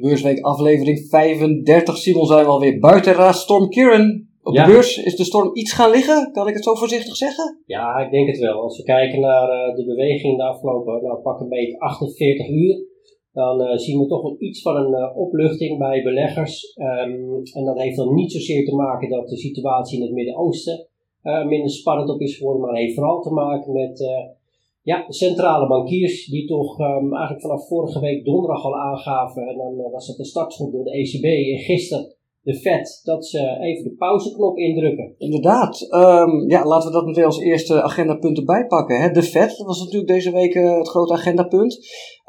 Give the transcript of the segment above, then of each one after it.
Beursweek aflevering 35. Simon, zijn we alweer buiten raad. Storm Kieran. Op de beurs is de storm iets gaan liggen. Kan ik het zo voorzichtig zeggen? Ja, ik denk het wel. Als we kijken naar de beweging in de afgelopen, pak een beetje 48 uur. Dan zien we toch wel iets van een opluchting bij beleggers. En dat heeft dan niet zozeer te maken dat de situatie in het Midden-Oosten minder spannend op is geworden. Maar heeft vooral te maken met de centrale bankiers die toch eigenlijk vanaf vorige week donderdag al aangaven. En dan was dat de startschot door de ECB en gisteren de Fed, dat ze even de pauzeknop indrukken. Inderdaad. Laten we dat meteen als eerste agendapunt erbij pakken. Hè? De Fed, dat was natuurlijk deze week het grote agendapunt.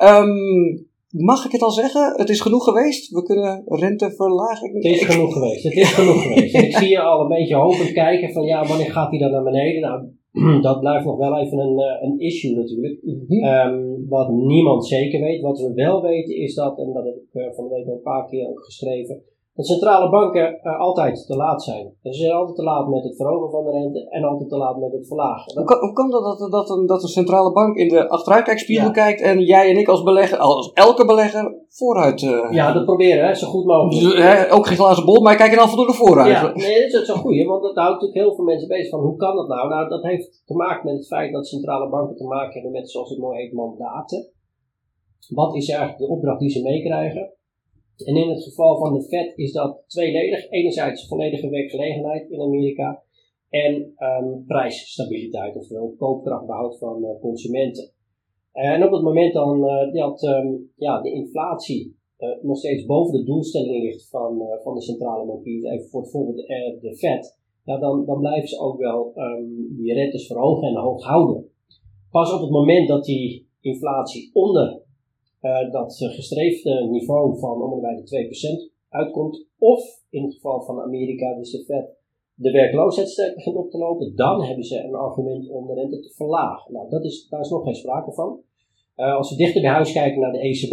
Mag ik het al zeggen? Het is genoeg geweest. We kunnen rente verlagen. Het is genoeg geweest. En ik zie je al een beetje hopend kijken van wanneer gaat die dan naar beneden? Nou, dat blijft nog wel even een issue natuurlijk. Mm-hmm. Wat niemand zeker weet. Wat we wel weten is dat, en dat heb ik van de week al een paar keer ook geschreven, dat centrale banken altijd te laat zijn. Ze zijn altijd te laat met het verhogen van de rente en altijd te laat met het verlagen. Hoe kan dat een centrale bank in de achteruitkijkspiegel kijkt en jij en ik als belegger, als elke belegger, vooruit... Ja, dat proberen, hè, zo goed mogelijk. Dus, ook geen glazen bol, maar kijken dan voldoende vooruit. Ja, nee, dat is een goeie, want dat houdt natuurlijk heel veel mensen bezig van hoe kan dat nou? Nou, dat heeft te maken met het feit dat centrale banken te maken hebben met, zoals het mooi heet, mandaten. Wat is eigenlijk de opdracht die ze meekrijgen? En in het geval van de Fed is dat tweeledig. Enerzijds volledige werkgelegenheid in Amerika en prijsstabiliteit, oftewel koopkrachtbehoud van consumenten. En op het moment dan dat de inflatie nog steeds boven de doelstelling ligt van de centrale bankiers, even voor het voorbeeld de Fed, dan blijven ze ook wel die rentes verhogen en hoog houden. Pas op het moment dat die inflatie onder dat gestreefde niveau van om en bij de 2% uitkomt, of in het geval van Amerika, dus de Fed, de werkloosheid sterk begint op te lopen, dan hebben ze een argument om de rente te verlagen. Nou, daar is nog geen sprake van. Als we dichter bij huis kijken naar de ECB,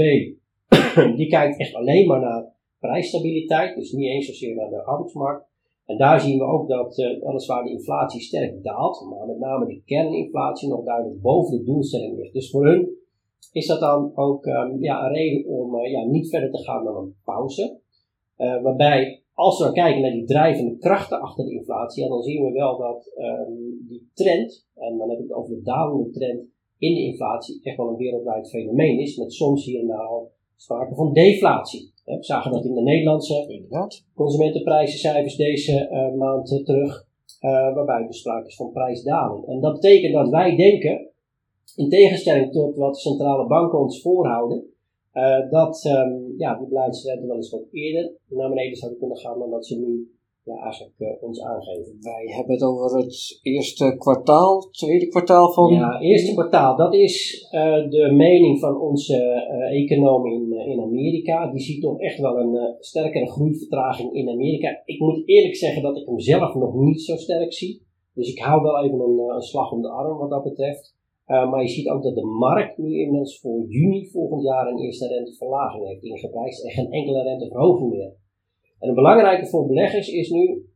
die kijkt echt alleen maar naar prijsstabiliteit, dus niet eens zozeer naar de arbeidsmarkt. En daar zien we ook dat weliswaar de inflatie sterk daalt, maar met name de kerninflatie nog duidelijk boven de doelstelling ligt. Dus voor hun is dat dan ook een reden om niet verder te gaan dan een pauze. Waarbij, als we dan kijken naar die drijvende krachten achter de inflatie, dan zien we wel dat die trend, en dan heb ik het over de dalende trend in de inflatie, echt wel een wereldwijd fenomeen is, met soms hier en daar al sprake van deflatie. We zagen dat in de Nederlandse consumentenprijzencijfers deze maand terug, waarbij dus sprake is van prijsdaling. En dat betekent dat wij denken, in tegenstelling tot wat centrale banken ons voorhouden, dat die beleidsrente wel eens wat eerder naar beneden zouden kunnen gaan dan dat ze nu eigenlijk ons aangeven. Wij hebben het over het eerste kwartaal, tweede kwartaal van... Ja, eerste kwartaal. Dat is de mening van onze econoom in Amerika. Die ziet toch echt wel een sterkere groeivertraging in Amerika. Ik moet eerlijk zeggen dat ik hem zelf nog niet zo sterk zie. Dus ik hou wel even een slag om de arm wat dat betreft. Maar je ziet ook dat de markt nu inmiddels voor juni volgend jaar een eerste renteverlaging heeft ingeprijsd en geen enkele renteverhoging meer. En het belangrijke voor beleggers is nu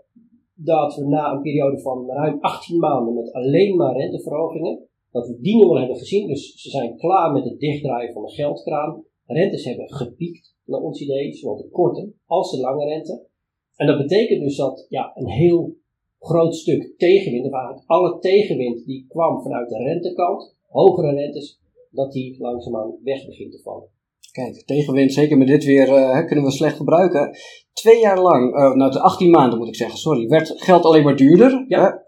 dat we na een periode van ruim 18 maanden met alleen maar renteverhogingen, dat we die nu al hebben gezien. Dus ze zijn klaar met het dichtdraaien van de geldkraan. Rentes hebben gepiekt naar ons idee, zowel de korte als de lange rente. En dat betekent dus dat een heel groot stuk tegenwind, of eigenlijk alle tegenwind die kwam vanuit de rentekant, hogere rentes, dat die langzaamaan weg begint te vallen. Kijk, tegenwind, zeker met dit weer, kunnen we slecht gebruiken. 2 jaar lang, 18 maanden moet ik zeggen, werd geld alleen maar duurder. Ja.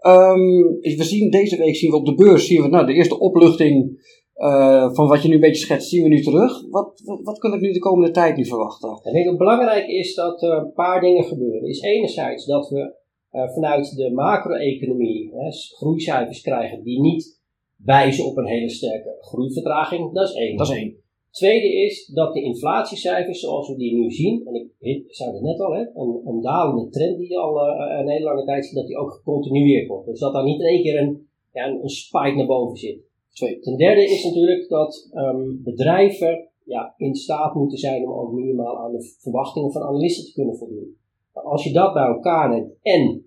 Deze week zien we op de beurs, de eerste opluchting van wat je nu een beetje schetst, zien we nu terug. Wat kan ik nu de komende tijd nu verwachten? Ik denk dat belangrijk is dat er een paar dingen gebeuren. Is enerzijds dat we vanuit de macro-economie groeicijfers krijgen die niet wijzen op een hele sterke groeivertraging. Dat is één. Tweede is dat de inflatiecijfers zoals we die nu zien, en ik zei het net al, een dalende trend die al een hele lange tijd ziet, dat die ook gecontinueerd wordt. Dus dat daar niet in één keer een spike naar boven zit. Ten derde is natuurlijk dat bedrijven in staat moeten zijn om ook minimaal aan de verwachtingen van analisten te kunnen voldoen. Als je dat bij elkaar neemt en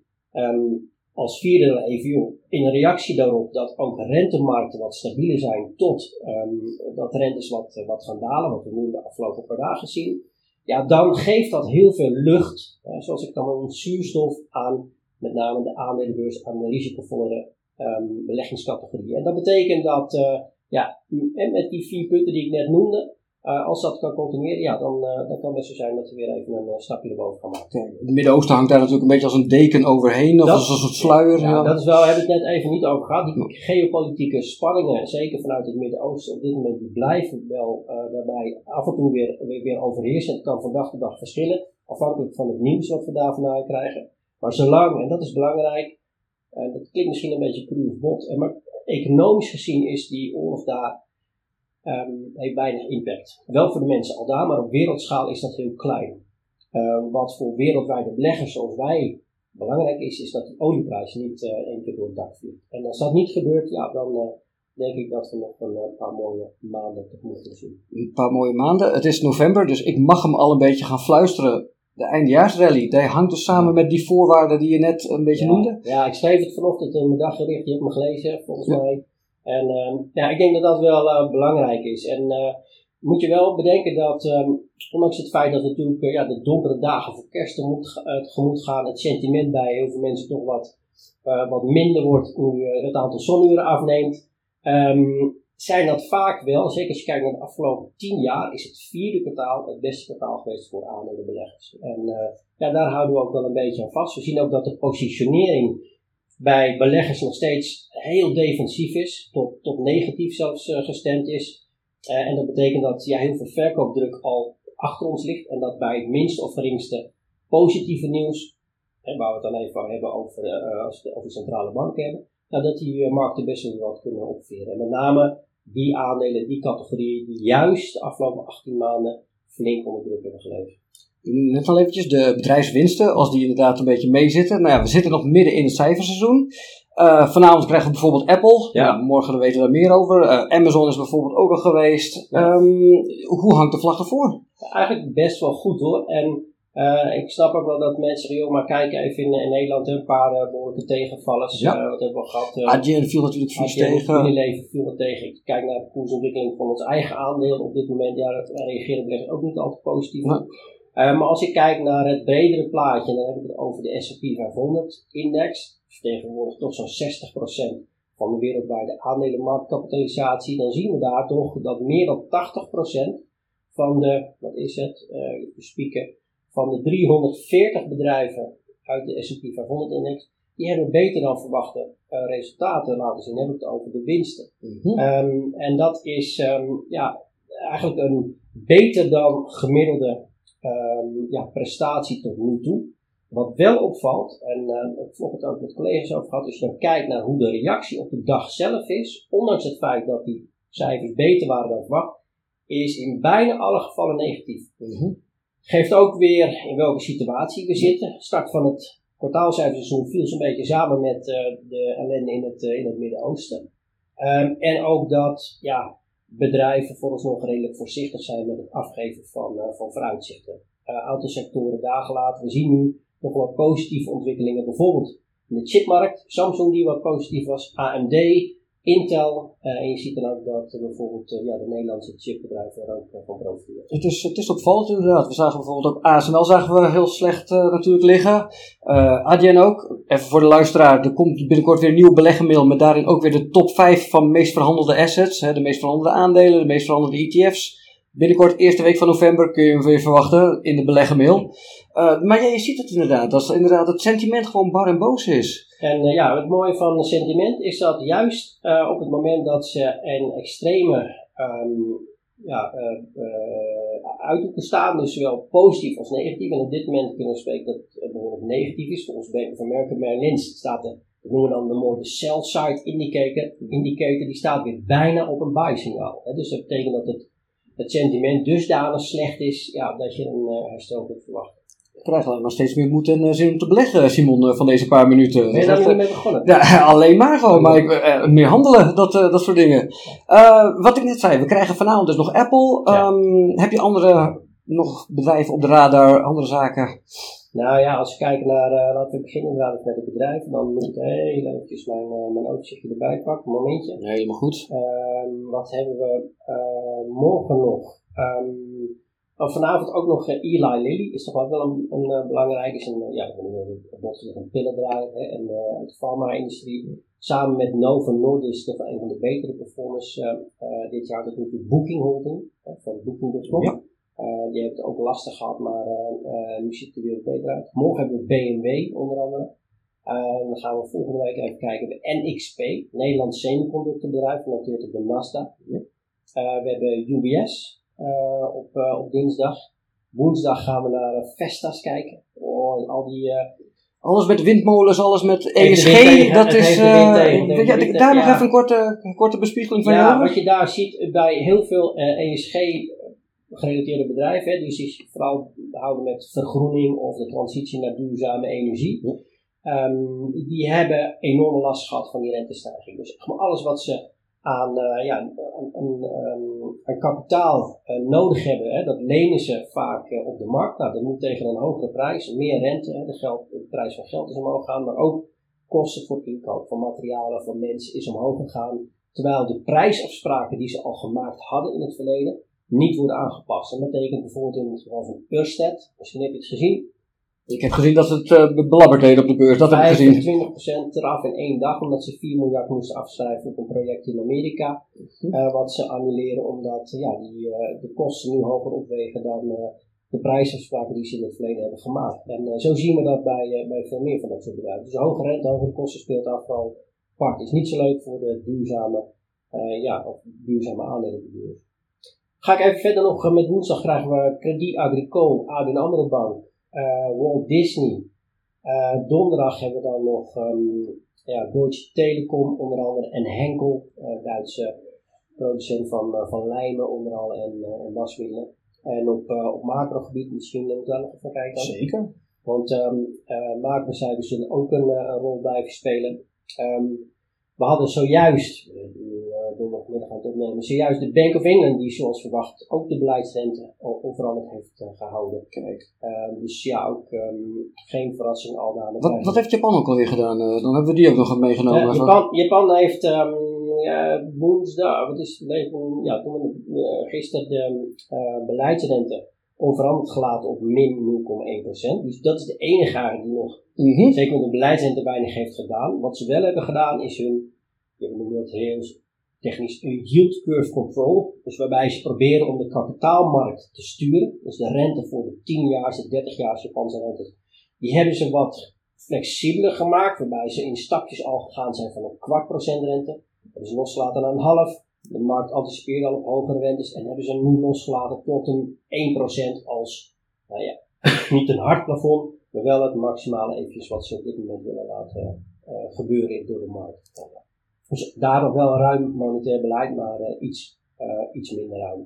als vierde even in reactie daarop dat ook rentemarkten wat stabieler zijn tot dat rentes wat gaan dalen, wat we nu de afgelopen paar dagen zien, ja, dan geeft dat heel veel lucht, zoals ik dan een zuurstof aan met name de aandelenbeurs, aan de risicovolle beleggingscategorieën. En dat betekent dat met die 4 punten die ik net noemde, als dat kan continueren, ja, dan kan het best zo zijn dat we weer even een stapje erboven gaan maken. Okay. Het Midden-Oosten hangt daar natuurlijk een beetje als een deken overheen, of als een soort sluier. Ja, dat is wel, we hebben het net even niet over gehad. Die geopolitieke spanningen, zeker vanuit het Midden-Oosten op dit moment, die blijven wel daarbij af en toe weer overheersen. Het kan van dag tot dag verschillen, afhankelijk van het nieuws wat we daar vandaan krijgen. Maar zolang, en dat is belangrijk, dat klinkt misschien een beetje cru of bot, maar economisch gezien is die oorlog daar heeft weinig impact. Wel voor de mensen al daar, maar op wereldschaal is dat heel klein. Wat voor wereldwijde beleggers zoals wij belangrijk is dat die olieprijs niet één keer door het dak vliegt. En als dat niet gebeurt, ja, dan denk ik dat we nog een paar mooie maanden tegemoet kunnen zien. Een paar mooie maanden. Het is november, dus ik mag hem al een beetje gaan fluisteren. De eindejaarsrally, die hangt dus samen met die voorwaarden die je net een beetje noemde. Ja, ik schreef het vanochtend in mijn daggericht. Je hebt me gelezen, volgens mij. En ik denk dat dat wel belangrijk is. En moet je wel bedenken dat, ondanks het feit dat natuurlijk de donkere dagen voor kerst tegemoet gaan, het sentiment bij heel veel mensen toch wat minder wordt nu het aantal zonuren afneemt, zijn dat vaak wel, zeker als je kijkt naar de afgelopen 10 jaar, is het 4e kwartaal het beste kwartaal geweest voor aandelenbeleggers. En daar houden we ook wel een beetje aan vast. We zien ook dat de positionering bij beleggers nog steeds heel defensief is, tot negatief zelfs gestemd is. En dat betekent dat heel veel verkoopdruk al achter ons ligt en dat bij het minste of geringste positieve nieuws, waar we het dan even hebben als we over centrale banken hebben, dat die markten best wel wat kunnen opveren. En met name die aandelen, die categorieën die juist de afgelopen 18 maanden flink onder druk hebben gelegen. Net al eventjes, de bedrijfswinsten, als die inderdaad een beetje meezitten. Nou ja, we zitten nog midden in het cijferseizoen. Vanavond krijgen we bijvoorbeeld Apple. Ja. Morgen weten we daar meer over. Amazon is bijvoorbeeld ook al geweest. Hoe hangt de vlag ervoor? Eigenlijk best wel goed hoor. En ik snap ook wel dat mensen zeggen, maar kijk even in Nederland een paar behoorlijke tegenvallers. Wat hebben we gehad? Adyen viel natuurlijk vies tegen. Unilever viel er tegen. Ik kijk naar de koersontwikkeling van ons eigen aandeel op dit moment. Ja, daar reageren beleggers ook niet altijd positief op. Maar als ik kijk naar het bredere plaatje, dan heb ik het over de S&P 500 index. Vertegenwoordigt toch zo'n 60% van de wereldwijde aandelenmarktkapitalisatie. Dan zien we daar toch dat meer dan 80% van de, van de 340 bedrijven uit de S&P 500 index, die hebben beter dan verwachte resultaten laten zien. Dan hebben we het over de winsten. Mm-hmm. En dat is eigenlijk een beter dan gemiddelde prestatie tot nu toe. Wat wel opvalt, en ik heb het ook met collega's over gehad, als je dan kijkt naar hoe de reactie op de dag zelf is, ondanks het feit dat die cijfers beter waren dan verwacht, is in bijna alle gevallen negatief. Mm-hmm. Geeft ook weer in welke situatie we zitten. Start van het kwartaalcijferseizoen viel zo'n beetje samen met de ellende in het Midden-Oosten. En ook dat bedrijven vooralsnog redelijk voorzichtig zijn met het afgeven van vooruitzichten. Aantal sectoren dagen later. We zien nu nog wat positieve ontwikkelingen. Bijvoorbeeld in de chipmarkt. Samsung die wat positief was. AMD, Intel. En je ziet dan ook dat bijvoorbeeld de Nederlandse chipbedrijven er ook van profiteren. Het is opvallend inderdaad. We zagen bijvoorbeeld ook ASML zagen we heel slecht natuurlijk liggen. Adyen ook. Even voor de luisteraar. Er komt binnenkort weer een nieuwe beleggermail met daarin ook weer de top 5 van de meest verhandelde assets. De meest verhandelde aandelen, de meest verhandelde ETF's. Binnenkort, eerste week van november, kun je hem weer verwachten in de beleggermail. Maar je ziet het inderdaad, dat inderdaad het sentiment gewoon bar en boos is. En het mooie van het sentiment is dat juist op het moment dat ze een extreme uithoeken staan, dus zowel positief als negatief. En op dit moment kunnen we spreken dat het behoorlijk negatief is. Volgens Bank of America Merrill Lynch staat dat noemen we dan de mooie sell-side indicator, die staat weer bijna op een buy-signaal. Dus dat betekent dat het sentiment dusdanig slecht is, dat je een herstel kunt verwachten. Ik krijg alleen maar steeds meer moed en zin om te beleggen, Simon, van deze paar minuten. Ben je daar niet mee begonnen? Ja, alleen maar gewoon, maar meer handelen, dat soort dingen. Wat ik net zei, we krijgen vanavond dus nog Apple. Heb je andere nog bedrijven op de radar, andere zaken? Nou ja, als we kijken naar, laten we beginnen inderdaad met het bedrijf, dan moet ik heel eventjes mijn autootje erbij pakken, een momentje. Helemaal goed. Wat hebben we morgen nog? Vanavond ook nog Eli Lilly, is toch wel een belangrijk, is een pillendraaier en de farma-industrie. Samen met Novo Nordisk, dat is een van de betere performers dit jaar, dat is natuurlijk Booking Holding, van Booking.com. Ja. Die heeft het ook lastig gehad, maar nu ziet het er weer beter uit. Morgen hebben we BMW onder andere. Dan gaan we volgende week even kijken bij NXP, Nederlands semiconductorbedrijf, genoteerd op de Nasdaq. We hebben UBS op dinsdag. Woensdag gaan we naar Vestas kijken. En al die... alles met windmolens, alles met ESG. Dat is. Daar nog even een korte bespiegeling van jou. Ja, wat je daar ziet bij heel veel ESG-gerelateerde bedrijven, die zich vooral houden met vergroening of de transitie naar duurzame energie. Die hebben enorme last gehad van die rentestijging. Dus alles wat ze aan kapitaal nodig hebben, dat lenen ze vaak op de markt. Nou, dat moet tegen een hogere prijs, meer rente, de prijs van geld is omhoog gaan, maar ook kosten voor inkoop van materialen, van mensen is omhoog gegaan. Terwijl de prijsafspraken die ze al gemaakt hadden in het verleden niet worden aangepast. Dat betekent bijvoorbeeld in het geval van Ørsted, misschien heb je het gezien. Ik heb gezien dat ze het belabberd deden op de beurs, dat heb ik gezien. 20% eraf in 1 dag, omdat ze 4 miljard moesten afschrijven op een project in Amerika. Wat ze annuleren omdat de kosten nu hoger opwegen dan de prijsafspraken die ze in het verleden hebben gemaakt. En zo zien we dat bij veel meer van dat soort bedrijven. Dus hoge rente, hogere kosten speelt afval part. Is niet zo leuk voor de duurzame aandelen op de beurs. Ga ik even verder nog met woensdag krijgen we Crédit Agricole, ABN AMRO Bank. Walt Disney. Donderdag hebben we dan nog Deutsche Telekom onder andere en Henkel, Duitse producent van lijmen onder andere en wasmiddelen. En op macrogebied misschien moeten we daar nog even kijken. Zeker. Want macrocijfers zullen ook een rol blijven spelen. We hadden zojuist, donderdagmiddag aan het opnemen, zojuist de Bank of England die zoals verwacht ook de beleidsrente onveranderd heeft gehouden. Kijk. Dus ook geen verrassing al daar. Wat heeft Japan ook alweer gedaan? Dan hebben we die ook nog meegenomen. Japan heeft woensdag, gisteren de beleidsrente onveranderd gelaten op min 0,1%. Dus dat is de enige eigenlijk die nog, zeker met de beleidsrente, weinig heeft gedaan. Wat ze wel hebben gedaan is we noemen dat heel technisch yield curve control. Dus waarbij ze proberen om de kapitaalmarkt te sturen. Dus de rente voor de 10-jaars, de 30-jaars Japanse rentes. Die hebben ze wat flexibeler gemaakt. Waarbij ze in stapjes al gegaan zijn van 0,25% rente. Hebben ze losgelaten naar 1,5%. De markt anticipeerde al op hogere rentes. En hebben ze nu losgelaten tot een 1% als, niet een hard plafond. Maar wel het maximale eventjes wat ze op dit moment willen laten gebeuren door de markt. Dus daar nog wel een ruim monetair beleid, maar iets minder ruim.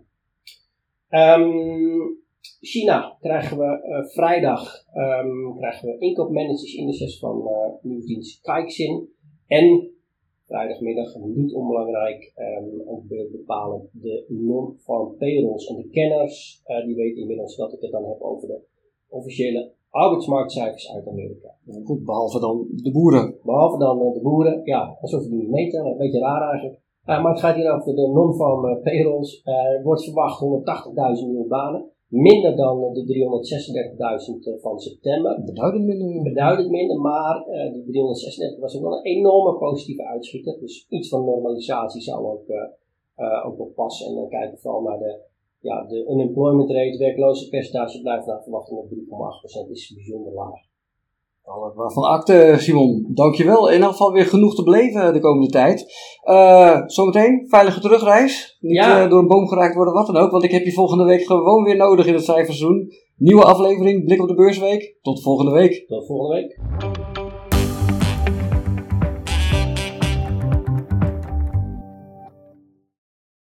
China krijgen we vrijdag inkoopmanagersindices van nieuwsdienst Caixin. En vrijdagmiddag, niet onbelangrijk, ook bepalen de non-farm payrolls. En de kenners die weten inmiddels dat ik het dan heb over de officiële arbeidsmarktcijfers uit Amerika. Goed, behalve dan de boeren. Alsof we die niet meetellen. Een beetje raar eigenlijk. Maar het gaat hier over de non-farm payrolls. Er wordt verwacht 180.000 nieuwe banen. Minder dan de 336.000 van september. Beduidend minder, maar die 336 was ook wel een enorme positieve uitschieter. Dus iets van normalisatie zou ook wel passen. En dan kijken we vooral naar de unemployment rate, werkloosheidspercentage blijft naar verwachting op 3,8%, is bijzonder laag. Waarvan akte, Simon. Dankjewel. In elk geval weer genoeg te beleven de komende tijd. Zometeen, veilige terugreis. Niet door een boom geraakt worden, wat dan ook. Want ik heb je volgende week gewoon weer nodig in het cijferseizoen. Nieuwe aflevering, Blik op de Beursweek. Tot volgende week. Tot volgende week.